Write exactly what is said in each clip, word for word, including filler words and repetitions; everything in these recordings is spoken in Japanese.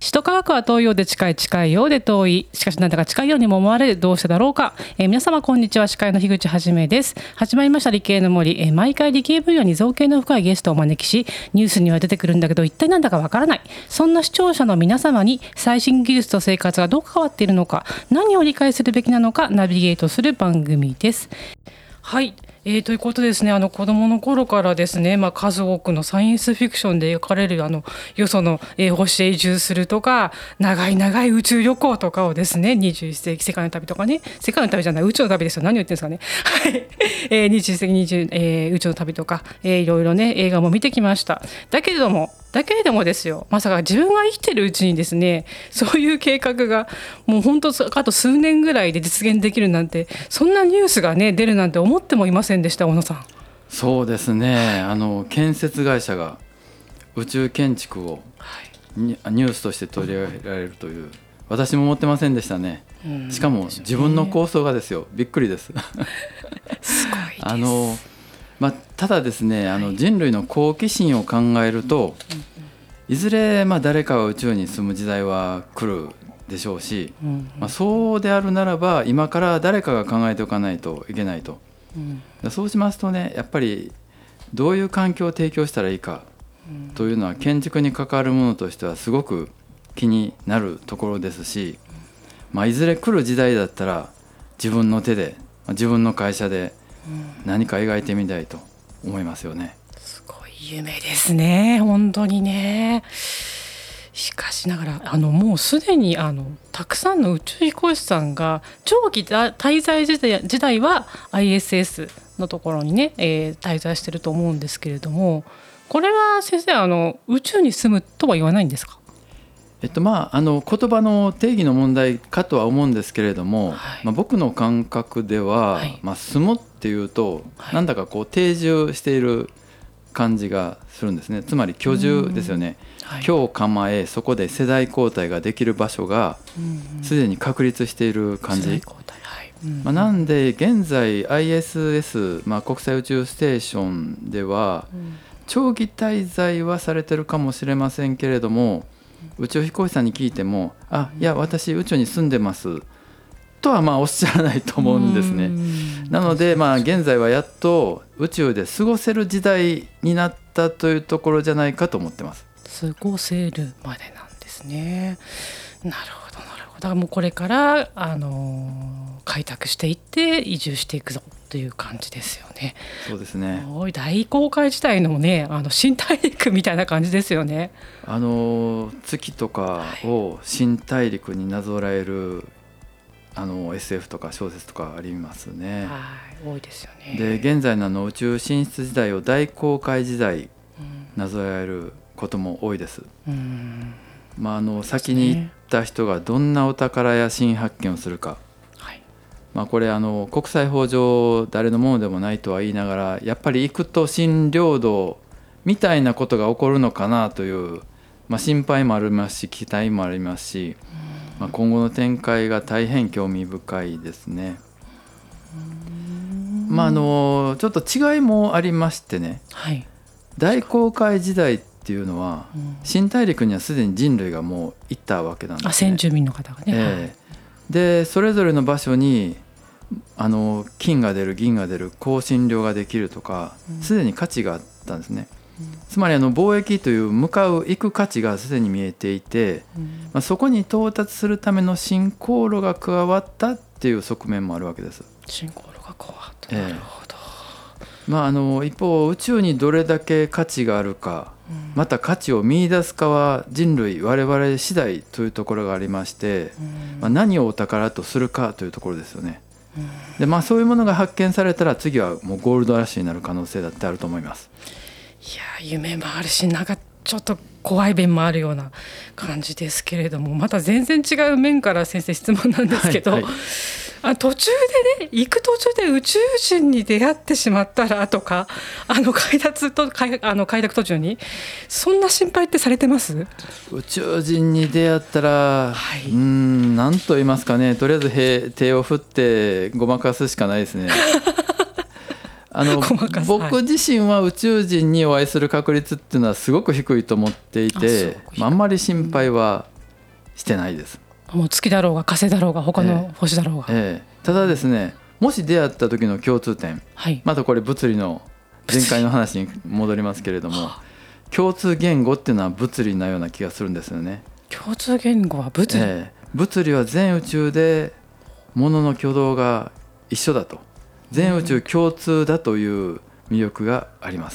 首都科学は遠いようで近い、近いようで遠い。しかしなんだか近いようにも思われる。どうしてだろうか。えー、皆様こんにちは。司会の樋口はじめです。始まりました理系の森。えー、毎回理系分野に造形の深いゲストをお招きし、ニュースには出てくるんだけど一体なんだかわからない。そんな視聴者の皆様に最新技術と生活がどう関わっているのか、何を理解するべきなのかナビゲートする番組です。はい。えー、ということですね、あの子どもの頃からですね、まあ、数多くのサイエンスフィクションで描かれるあのよその、えー、星へ移住するとか長い長い宇宙旅行とかをですね、にじゅういっ世紀世界の旅とかね、世界の旅じゃない宇宙の旅ですよ、何を言ってるんですかねはい、えー、にじゅういっ世紀にじゅう、えー、宇宙の旅とか、えー、いろいろね映画も見てきました。だけれどもだけれどもですよ、まさか自分が生きてるうちにですね、そういう計画がもう本当あと数年ぐらいで実現できるなんて、そんなニュースがね出るなんて思ってもいませんでした。小野さん。 そうですね、あの建設会社が宇宙建築をニュースとして取り上げられるという、私も思ってませんでしたね。しかも自分の構想がですよ、びっくりですすごいです。 あのまあ、ただですね、あの人類の好奇心を考えると、いずれまあ誰かは宇宙に住む時代は来るでしょうし、まあ、そうであるならば今から誰かが考えておかないといけないと、そうしますとね、やっぱりどういう環境を提供したらいいかというのは建築に関わるものとしてはすごく気になるところですし、まあ、いずれ来る時代だったら自分の手で自分の会社で何か描いてみたいと思いますよね。 すごい夢ですね、本当にね。しかしながらあのもうすでにあのたくさんの宇宙飛行士さんが長期滞在時代、時代は アイエスエス のところにね、えー、滞在してると思うんですけれども、これは先生、あの宇宙に住むとは言わないんですか？ えっとまあ、あの言葉の定義の問題かとは思うんですけれども、はい、まあ、僕の感覚では、はい、まあ、住むっていうと、はい、なんだかこう定住している感じがするんですね。つまり居住ですよね。はい、居を構え、そこで世代交代ができる場所がすでに確立している感じ、はい、まあ、なんで現在 アイエスエス、まあ、国際宇宙ステーションでは長期滞在はされてるかもしれませんけれども、宇宙飛行士さんに聞いても、あ、いや私宇宙に住んでますとはまあおっしゃらないと思うんですね。なのでまあ現在はやっと宇宙で過ごせる時代になったというところじゃないかと思ってます。 過ごせるまでなんですね。なるほどなるほど。だからもうこれからあの開拓していって移住していくぞという感じですよね。 そうですね。 大航海時代のね、あの新大陸みたいな感じですよね。 あの月とかを新大陸になぞらえる、あの エスエフ とか小説とかありますね。 はい、多いですよね。 で現在のあの宇宙進出時代を大航海時代なぞらえることも多いです。うん、まあ、あの先に行った人がどんなお宝や新発見をするか、はい、まあ、これあの国際法上誰のものでもないとは言いながら、やっぱり行くと新領土みたいなことが起こるのかなという、まあ、心配もありますし期待もありますし、まあ、今後の展開が大変興味深いですね。まあ、あのちょっと違いもありましてね、はい、大航海時代っていうのは、うん、新大陸にはすでに人類がもう行ったわけなんですね。あ、 先住民の方がね、 えー、でそれぞれの場所にあの金が出る銀が出る香辛料ができるとか、すでに価値があったんですね。うん、つまりあの貿易という向かう行く価値がすでに見えていて、うん、まあ、そこに到達するための新航路が加わったっていう側面もあるわけです。 新航路が加わった、なるほど。 えーまあ、あの一方宇宙にどれだけ価値があるか、うん、また価値を見出すかは人類我々次第というところがありまして、うん、まあ、何をお宝とするかというところですよね。うん、でまあ、そういうものが発見されたら次はもうゴールドラッシュになる可能性だってあると思います。 いや夢もあるし、なんかちょっと怖い面もあるような感じですけれども、また全然違う面から先生質問なんですけど、はいはい、あ途中でね、行く途中で宇宙人に出会ってしまったらとか、あの開拓と開あの開拓途中にそんな心配ってされてます？ 宇宙人に出会ったら、はい、うーん何と言いますかね、とりあえず手を振ってごまかすしかないですね。あの僕自身は宇宙人にお会いする確率っていうのはすごく低いと思っていて、 あ, まあ、あんまり心配はしてないです。 もう月だろうが火星だろうが他の星だろうが、 えーえー、ただですね、もし出会った時の共通点、はい、またこれ物理の前回の話に戻りますけれども共通言語っていうのは物理なような気がするんですよね。 共通言語は物理、 えー、物理は全宇宙で物の挙動が一緒だと、全宇宙共通だという魅力があります。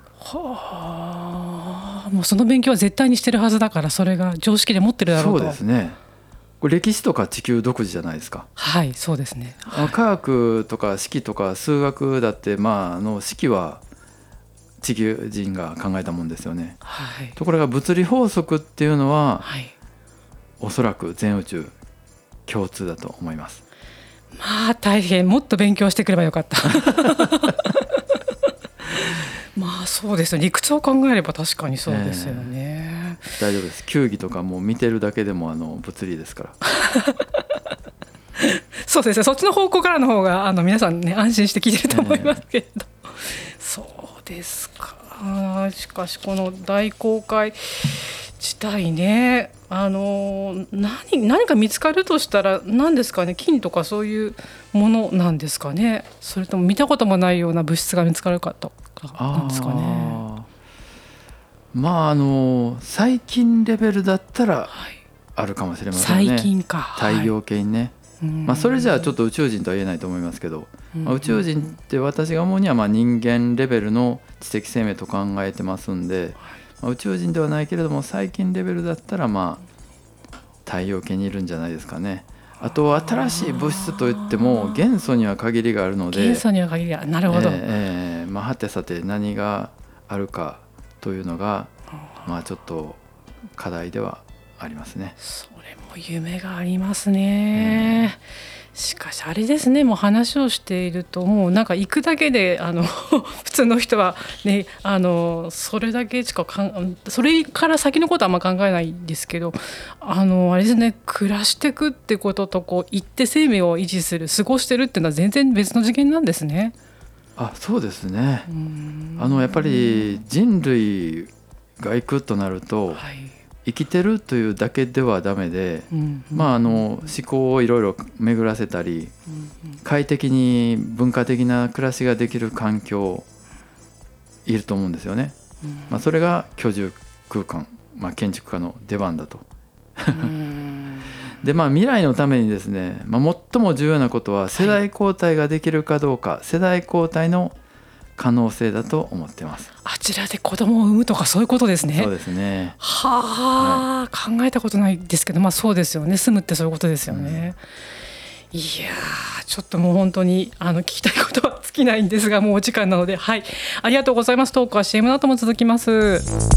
はあ、もうその勉強は絶対にしてるはずだから、それが常識で持ってるだろうと。 そうですね。これ歴史とか地球独自じゃないですか。 はい、そうですね、はい、 科学とか式とか数学だって、まあ、あの式は地球人が考えたもんですよね、はい、ところが物理法則っていうのは、はい、おそらく全宇宙共通だと思います。 まあ大変、もっと勉強してくればよかったまあそうですよ、理屈を考えれば確かにそうですよね、 えー、大丈夫です。球技とかも見てるだけでもあの物理ですからそうですね、そっちの方向からの方があの皆さんね安心して聞いてると思いますけれど、えー、そうですか。しかしこの大航海自体ね、あの 何, 何か見つかるとしたら何ですかね、金とかそういうものなんですかね、それとも見たこともないような物質が見つかるかとかなんですかね。 あ、まああの最近レベルだったらあるかもしれませんね、 最近か、 太陽系にね、はい、まあ、それじゃあちょっと宇宙人とは言えないと思いますけど、まあ、宇宙人って私が思うにはまあ人間レベルの知的生命と考えてますんで、まあ、宇宙人ではないけれども最近レベルだったらまあ太陽系にいるんじゃないですかね。あと新しい物質といっても元素には限りがあるので、 元素には限りが、なるほど、 えーえーまあ、はてさて何があるかというのがまあちょっと課題ではありますね。 それも夢がありますね、うん、しかしあれですね、もう話をしているともうなんか行くだけであの普通の人は、ね、あのそれだけしかかんそれから先のことはあんま考えないんですけど、あのあれですね、暮らしていくってこととこう行って生命を維持する過ごしてるっていうのは全然別の次元なんですね。 あ、そうですね。あのやっぱり人類が行くとなると、はい、生きてるというだけではダメで、うんうん、まあ、あの思考をいろいろ巡らせたり、うんうん、快適に文化的な暮らしができる環境いると思うんですよね、うん、まあ、それが居住空間、まあ、建築家の出番だとうんで、まあ、未来のためにですね、まあ、最も重要なことは世代交代ができるかどうか、はい、世代交代の可能性だと思ってます。 あちらで子供を産むとかそういうことですね。 そうですね。 はあ、はい、考えたことないですけど、まあそうですよね、住むってそういうことですよね、うん、いやちょっともう本当にあの聞きたいことは尽きないんですが、もうお時間なので、はい、ありがとうございます。トークは シーエム の後も続きます。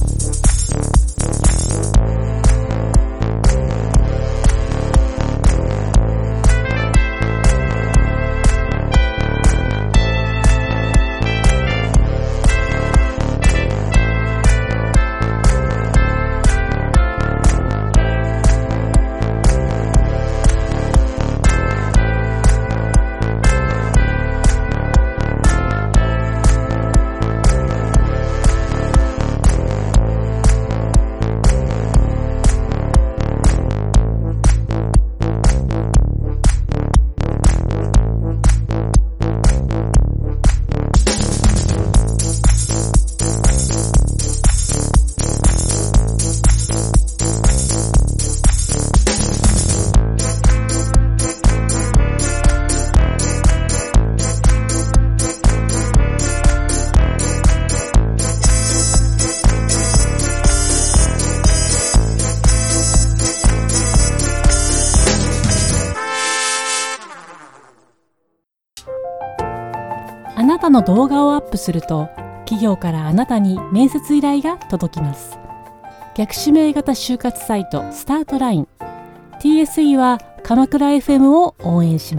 あなたの動画をアップすると企業からあなたに面接依頼が届きます。逆指名型就活サイトスタートライン ティーエスイー は鎌倉 エフエム を応援します。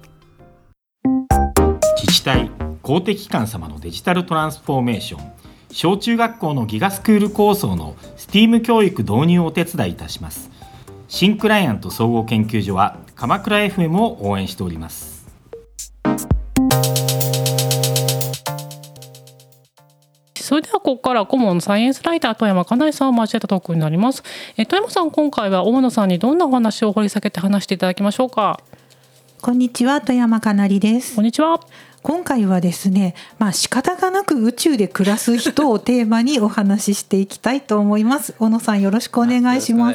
自治体公的機関様のデジタルトランスフォーメーション、小中学校のギガスクール構想の スティーム 教育導入をお手伝いいたします。新クライアント総合研究所は鎌倉 エフエム を応援しております。 そそれではここから顧問のサイエンスライター富山かなりさんを交えたトークになります。え富山さん、今回は大野さんにどんなお話を掘り下げて話していただきましょうか。 こんにちは、富山かなりです。 こんにちは。 今回はですね、まあ仕方がなく宇宙で暮らす人をテーマにお話ししていきたいと思います。小野さん、よろしくお願いします。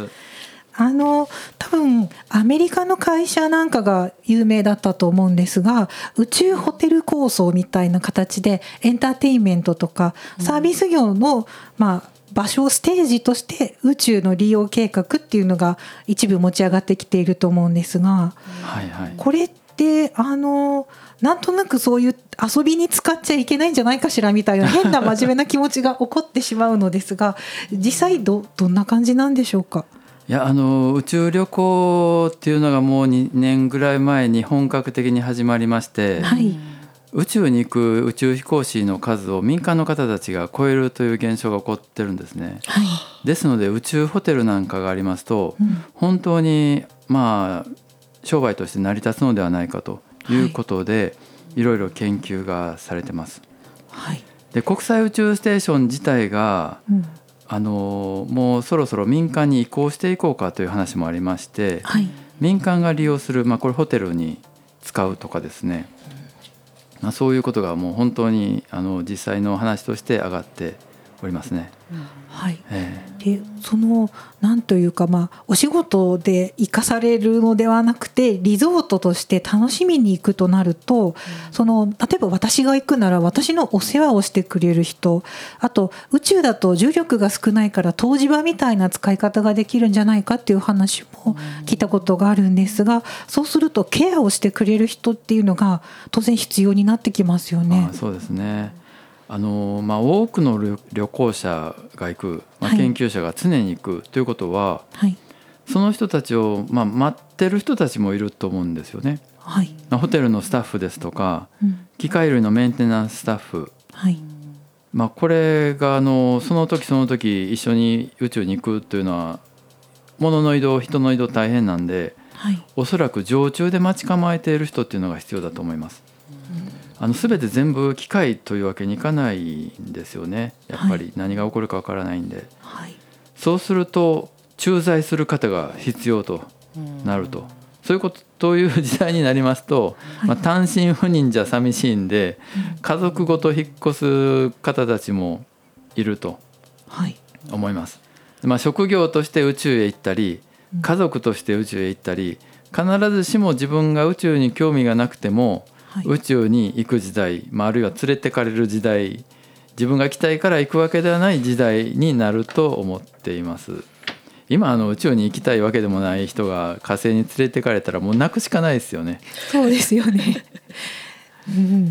あの多分アメリカの会社なんかが有名だったと思うんですが、宇宙ホテル構想みたいな形でエンターテインメントとかサービス業の、まあ、場所をステージとして宇宙の利用計画っていうのが一部持ち上がってきていると思うんですが、 はいはい、 これってあのなんとなくそういう遊びに使っちゃいけないんじゃないかしらみたいな変な真面目な気持ちが起こってしまうのですが、実際 ど, どんな感じなんでしょうか。 いやあの宇宙旅行っていうのがもうにねんぐらい前に本格的に始まりまして、 はい、 宇宙に行く宇宙飛行士の数を民間の方たちが超えるという現象が起こってるんですね、 はい、 ですので宇宙ホテルなんかがありますと、うん、本当にまあ商売として成り立つのではないかということで、はい、いろいろ研究がされてます、 はい、 で国際宇宙ステーション自体が、うんあのもうそろそろ民間に移行していこうかという話もありまして、はい、民間が利用する、まあ、これホテルに使うとかですね、まあ、そういうことがもう本当にあの実際の話として上がっておりますね、うんはいえー、でそのなんというか、まあ、お仕事で生かされるのではなくてリゾートとして楽しみに行くとなると、うん、その例えば私が行くなら私のお世話をしてくれる人、あと宇宙だと重力が少ないから湯治場みたいな使い方ができるんじゃないかっていう話も聞いたことがあるんですが、そうするとケアをしてくれる人っていうのが当然必要になってきますよね。 あ、そうですね。あのまあ、多くの旅行者が行く、まあ、研究者が常に行くということは、はい、その人たちを、まあ、待ってる人たちもいると思うんですよね、はいまあ、ホテルのスタッフですとか、うん、機械類のメンテナンススタッフ、はいまあ、これがあのその時その時一緒に宇宙に行くというのは物の移動人の移動大変なんで、はい、おそらく常駐で待ち構えている人っていうのが必要だと思います。あの全て全部機械というわけにいかないんですよね。やっぱり何が起こるかわからないんで、はい、そうすると駐在する方が必要となると、そういうことという時代になりますと、はいまあ、単身赴任じゃ寂しいんで、うん、家族ごと引っ越す方たちもいると思います、はいまあ、職業として宇宙へ行ったり家族として宇宙へ行ったり、必ずしも自分が宇宙に興味がなくても宇宙に行く時代、まあ、あるいは連れてかれる時代、自分が来たいから行くわけではない時代になると思っています。今あの宇宙に行きたいわけでもない人が火星に連れてかれたらもう泣くしかないですよね。 そうですよね、うん、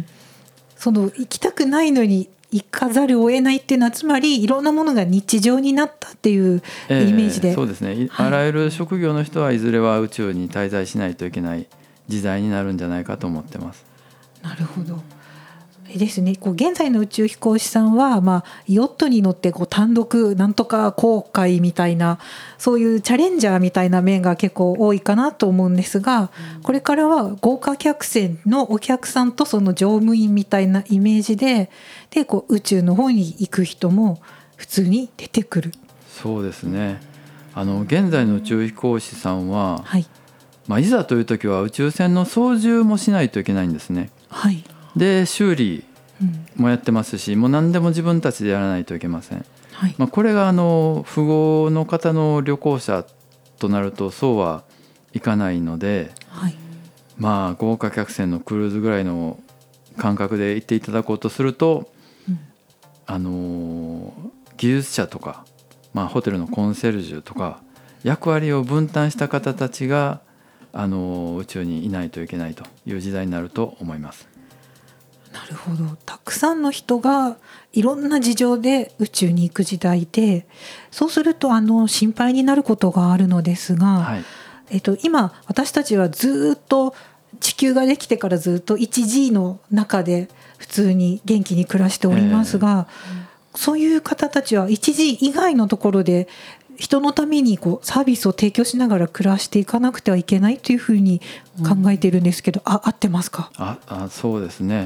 その行きたくないのに行かざるを得ないっていうのは、つまりいろんなものが日常になったっていうイメージで、 えー、そうですね、あらゆる職業の人はいずれは宇宙に滞在しないといけない時代になるんじゃないかと思ってます。 なるほどですね。こう現在の宇宙飛行士さんは、まあ、ヨットに乗ってこう単独なんとか航海みたいな、そういうチャレンジャーみたいな面が結構多いかなと思うんですが、うん、これからは豪華客船のお客さんとその乗務員みたいなイメージで、でこう宇宙の方に行く人も普通に出てくる。 そうですね。あの現在の宇宙飛行士さんは、はいまあ、いざという時は宇宙船の操縦もしないといけないんですね。はい、で修理もやってますし、うん、もう何でも自分たちでやらないといけません、はいまあ、これがあの富豪の方の旅行者となるとそうはいかないので、はいまあ、豪華客船のクルーズぐらいの感覚で行っていただこうとすると、うんあの技術者とか、まあ、ホテルのコンシェルジュとか役割を分担した方たちがあの宇宙にいないといけないという時代になると思います。 なるほど。たくさんの人がいろんな事情で宇宙に行く時代で、そうするとあの心配になることがあるのですが、はいえっと、今私たちはずっと地球ができてからずっと ワンジー の中で普通に元気に暮らしておりますが、えー、そういう方たちは ワンジー 以外のところで人のためにこうサービスを提供しながら暮らしていかなくてはいけないというふうに考えているんですけど、うん、あ合ってますか？ ああそうですね。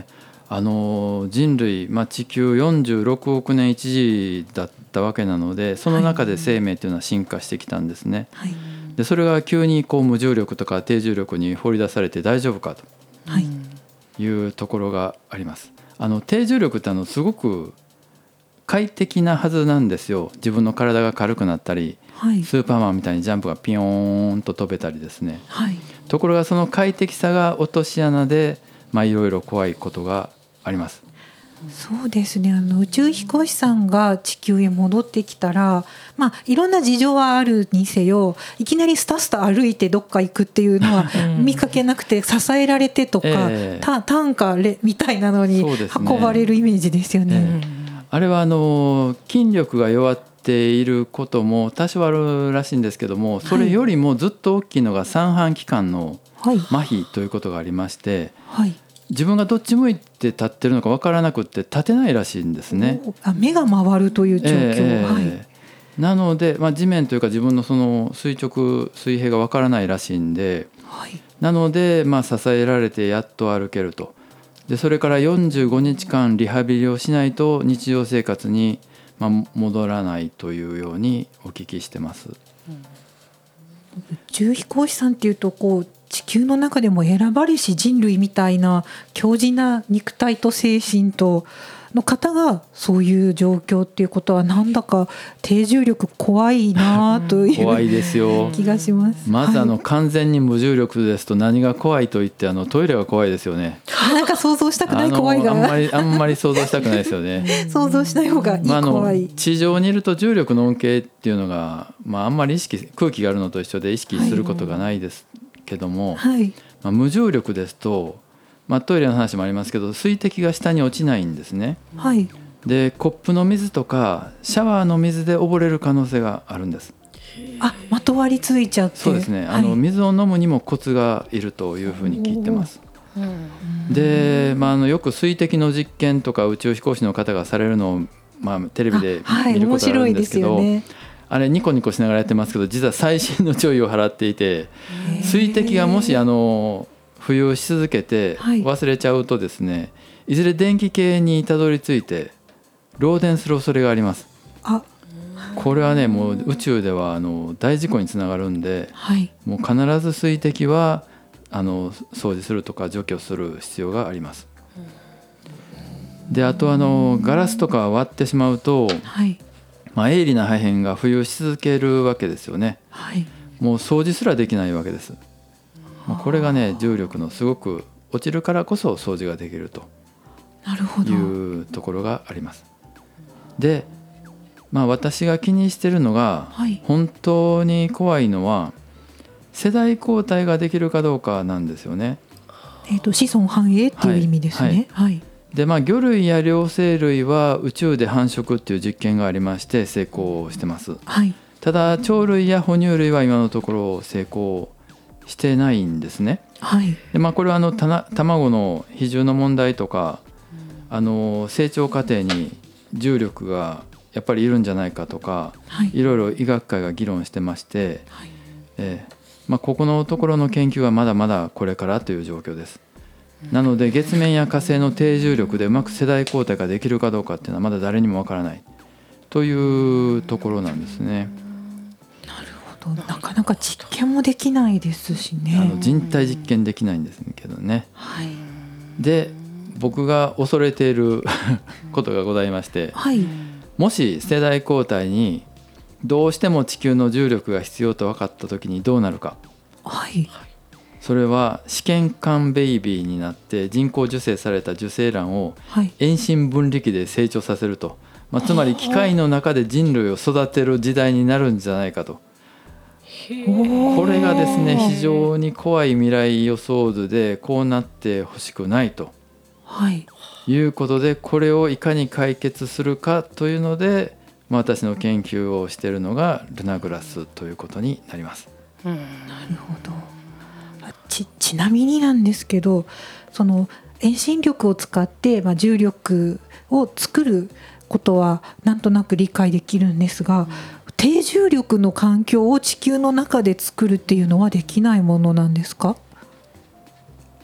あの人類、まあ、地球よんじゅうろくおくねん一時だったわけなので、その中で生命というのは進化してきたんですね、はい、でそれが急にこう無重力とか低重力に放り出されて大丈夫かというところがあります。あの低重力ってあのすごく快適なはずなんですよ。自分の体が軽くなったり、はい、スーパーマンみたいにジャンプがピヨーンと飛べたりですね、はい、ところがその快適さが落とし穴で、まあ、いろいろ怖いことがあります。 そうですね、あの宇宙飛行士さんが地球へ戻ってきたら、まあ、いろんな事情はあるにせよ、いきなりスタスタ歩いてどっか行くっていうのは見かけなくて、支えられてとか、えー、担架みたいなのに運ばれるイメージですよね。 えー、あれはあの筋力が弱っていることも多少あるらしいんですけども、それよりもずっと大きいのが三半規管の麻痺ということがありまして、はいはい、自分がどっち向いて立ってるのか分からなくって立てないらしいんですね。 あ、目が回るという状況、えーはい、 なので、まあ、地面というか自分のその垂直水平が分からないらしいんで、はい、なので、まあ、支えられてやっと歩けると。でそれからよんじゅうごにちかんリハビリをしないと日常生活に、まあ、戻らないというようにお聞きしてます。 うん、宇宙飛行士さんっていうとこう地球の中でも選ばれし人類みたいな強靭な肉体と精神との方がそういう状況っていうことは、なんだか低重力怖いなという怖いですよ気がします。 まずあの、はい、完全に無重力ですと何が怖いと言って、あのトイレが怖いですよね。 なんか想像したくない怖いがあんまりあんまり想像したくないですよね想像しない方がいい、まあ、怖い。 地上にいると重力の恩恵っていうのが、まあ、あんまり意識空気があるのと一緒で意識することがないですけども、はいまあ、無重力ですと、まあ、トイレの話もありますけど水滴が下に落ちないんですね、はい、でコップの水とかシャワーの水で溺れる可能性があるんです。 あ、まとわりついちゃって。 そうですね、あの、はい、水を飲むにもコツがいるというふうに聞いてます。で、まあ、あのよく水滴の実験とか宇宙飛行士の方がされるのを、まあ、テレビで見ることがあるんですけど、はい、面白いですよね。あれニコニコしながらやってますけど、実は細心の注意を払っていて、水滴がもしあの浮遊し続けて忘れちゃうとですね、はい、いずれ電気系にたどり着いて漏電する恐れがあります。あ、これはね、もう宇宙ではあの大事故につながるんで、はい、もう必ず水滴はあの掃除するとか除去する必要があります。で、あとあのガラスとか割ってしまうと、はい、まあ、鋭利な破片が浮遊し続けるわけですよね、はい、もう掃除すらできないわけです。まあ、これがね、重力のすごく落ちるからこそ掃除ができるというところがあります。で、まあ、私が気にしているのが、はい、本当に怖いのは世代交代ができるかどうかなんですよね。 えーと、子孫繁栄っていう意味ですね。はいはい、 でまあ、魚類や両生類は宇宙で繁殖っていう実験がありまして成功してます、はい、ただ鳥類や哺乳類は今のところ成功してないんですね、はい。でまあ、これはあのたな卵の比重の問題とか、あの成長過程に重力がやっぱりいるんじゃないかとか、はい、いろいろ医学会が議論してまして、はい、えーまあ、ここのところの研究はまだまだこれからという状況です。なので月面や火星の低重力でうまく世代交代ができるかどうかっていうのはまだ誰にもわからないというところなんですね。 なるほど。なかなか実験もできないですしね。 あの人体実験できないんですけどね、はい、で僕が恐れていることがございまして、はい、もし世代交代にどうしても地球の重力が必要と分かった時にどうなるか、はい、それは試験管ベイビーになって人工授精された受精卵を遠心分離機で成長させると、まあ、つまり機械の中で人類を育てる時代になるんじゃないかと。これがですね、非常に怖い未来予想図で、こうなってほしくないと、はい、いうことで、これをいかに解決するかというので、まあ、私の研究をしているのがルナグラスということになります。 うん、なるほど。ち, ちなみになんですけど、その遠心力を使って、まあ、重力を作ることはなんとなく理解できるんですが、うん、低重力の環境を地球の中で作るっていうのはできないものなんですか？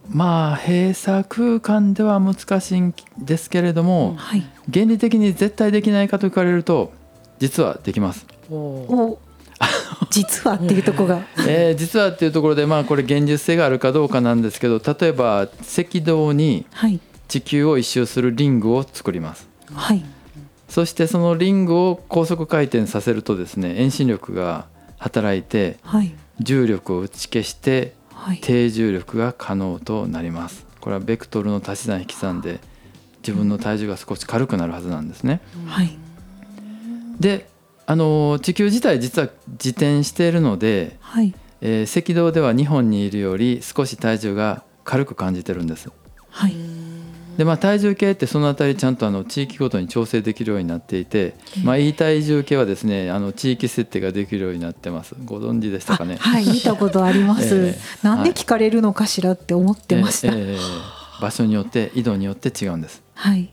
まあ閉鎖空間では難しいんですけれども、はい、原理的に絶対できないかと聞かれると実はできます。 おお実はっていうところが、 えー、実はっていうところで、まあ、これ現実性があるかどうかなんですけど、例えば赤道に地球を一周するリングを作ります、はい、そしてそのリングを高速回転させるとですね、遠心力が働いて重力を打ち消して低重力が可能となります。これはベクトルの足し算引き算で自分の体重が少し軽くなるはずなんですね、はい、であの地球自体実は自転しているので、はいえー、赤道では日本にいるより少し体重が軽く感じてるんです、はいでまあ、体重計ってそのあたりちゃんとあの地域ごとに調整できるようになっていて、まあ、いい体重計はですね、あの地域設定ができるようになってます。ご存知でしたかね。 はい、見たことあります、えー、なんで聞かれるのかしらって思ってました、 はいえーえー、場所によって緯度によって違うんです。 はい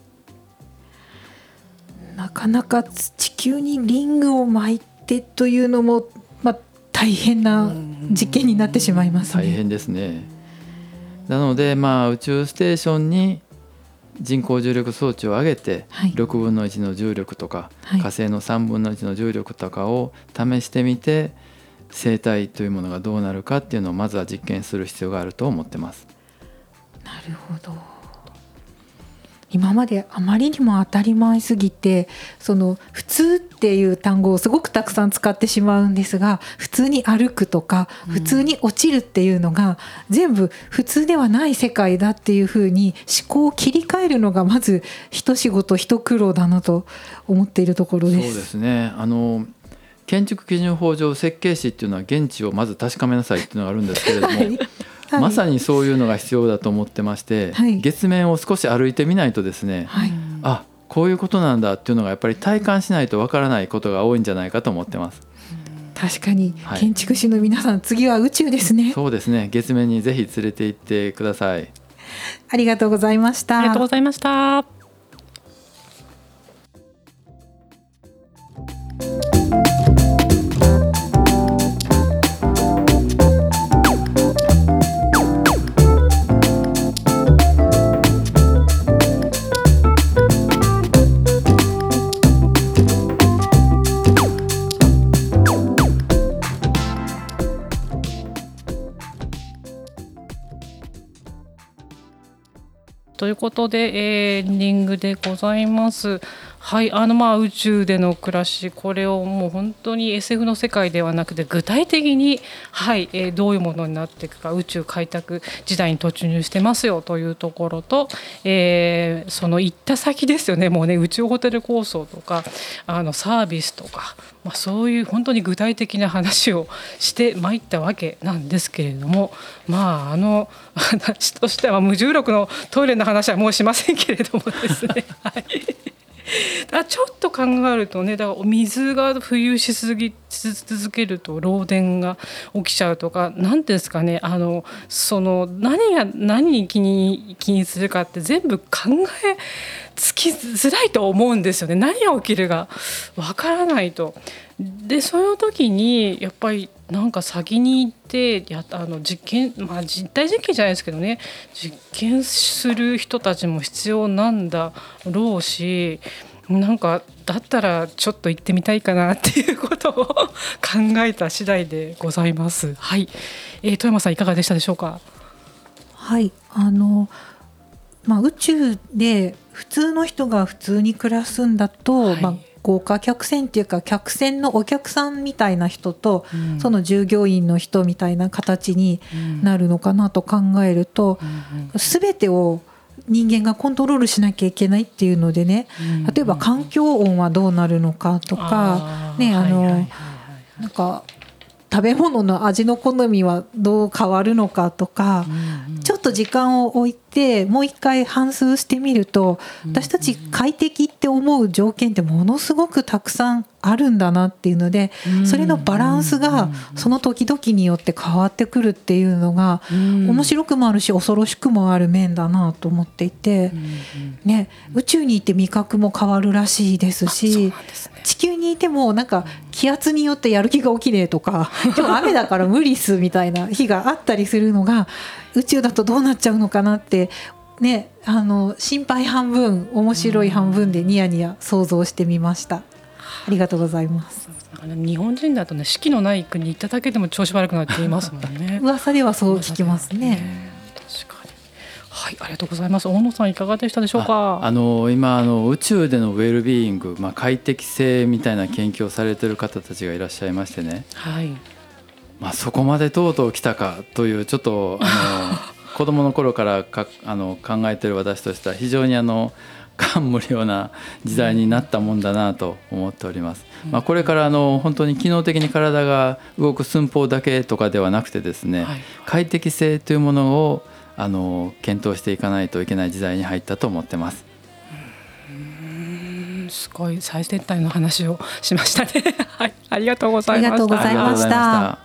なかなか地球にリングを巻いてというのも、まあ、大変な実験になってしまいますね。 大変ですね。なので、まあ、宇宙ステーションに人工重力装置を上げて、はい、ろくぶんのいちの重力とか、はい、火星のさんぶんのいちの重力とかを試してみて、生態というものがどうなるかっていうのをまずは実験する必要があると思ってます。 なるほど。今まであまりにも当たり前すぎて、その普通っていう単語をすごくたくさん使ってしまうんですが、普通に歩くとか普通に落ちるっていうのが全部普通ではない世界だっていうふうに思考を切り替えるのがまず一仕事一苦労だなと思っているところです。 そうですね。あの建築基準法上設計士っていうのは現地をまず確かめなさいっていうのがあるんですけれども、はいはい、まさにそういうのが必要だと思ってまして、はい、月面を少し歩いてみないとですね、はい、あこういうことなんだっていうのがやっぱり体感しないとわからないことが多いんじゃないかと思ってます。 確かに、はい、建築士の皆さん次は宇宙ですね。 そうですね。月面にぜひ連れて行ってください。 ありがとうございました。 ありがとうございました。ということで、エンディングでございます。はい、あのまあ宇宙での暮らし、これをもう本当に エスエフ の世界ではなくて具体的に、はいえー、どういうものになっていくか、宇宙開拓時代に突入してますよというところと、えー、その行った先ですよね。もうね、宇宙ホテル構想とかあのサービスとか、まあ、そういう本当に具体的な話をしてまいったわけなんですけれども、まああの話としては無重力のトイレの話はもうしませんけれどもですね、はいあちょっと考えるとね、だから水が浮遊しすぎ続けると漏電が起きちゃうとか、何ですかね、あのその何が何に気に気にするかって全部考えつきづらいと思うんですよね。何が起きるかわからないと。でその時にやっぱりなんか先に行ってやあの実験、まあ実体実験じゃないですけどね、実験する人たちも必要なんだろうし、なんかだったらちょっと行ってみたいかなっていうことを考えた次第でございます。はい、えー、富山さんいかがでしたでしょうか。 はいあのまあ、宇宙で普通の人が普通に暮らすんだと、はいまあ豪華客船っていうか客船のお客さんみたいな人と、うん、その従業員の人みたいな形になるのかなと考えると、うんうん、全てを人間がコントロールしなきゃいけないっていうのでね、例えば環境音はどうなるのかとか、ね、あのなんか食べ物の味の好みはどう変わるのかとか、うんうん、ちょっと時間を置いてもう一回反芻してみると、私たち快適って思う条件ってものすごくたくさんあるんだなっていうので、それのバランスがその時々によって変わってくるっていうのが面白くもあるし恐ろしくもある面だなと思っていて、ね、宇宙にいて味覚も変わるらしいですし、地球にいてもなんか気圧によってやる気が起きねえとか、でも雨だから無理っすみたいな日があったりするのが宇宙だとどうなっちゃうのかなってね、あの心配半分面白い半分でニヤニヤ想像してみました。ありがとうございます。 日本人だとね、四季のない国に行っただけでも調子悪くなって言いますもんね噂ではそう聞きますね。 確かに。はい、ありがとうございます。大野さんいかがでしたでしょうか。 ああの今あの宇宙でのウェルビーイング、まあ、快適性みたいな研究をされている方たちがいらっしゃいましてね、 はい、 まあ、そこまでとうとう来たかというちょっとあの子供の頃からかあの考えている私としては非常にあの感無量な時代になったもんだなと思っております。まあ、これからあの本当に機能的に体が動く寸法だけとかではなくてですね、はい、快適性というものをあの検討していかないといけない時代に入ったと思ってます。 うーん、すごい最先端の話をしましたねはい、ありがとうございました。 ありがとうございました。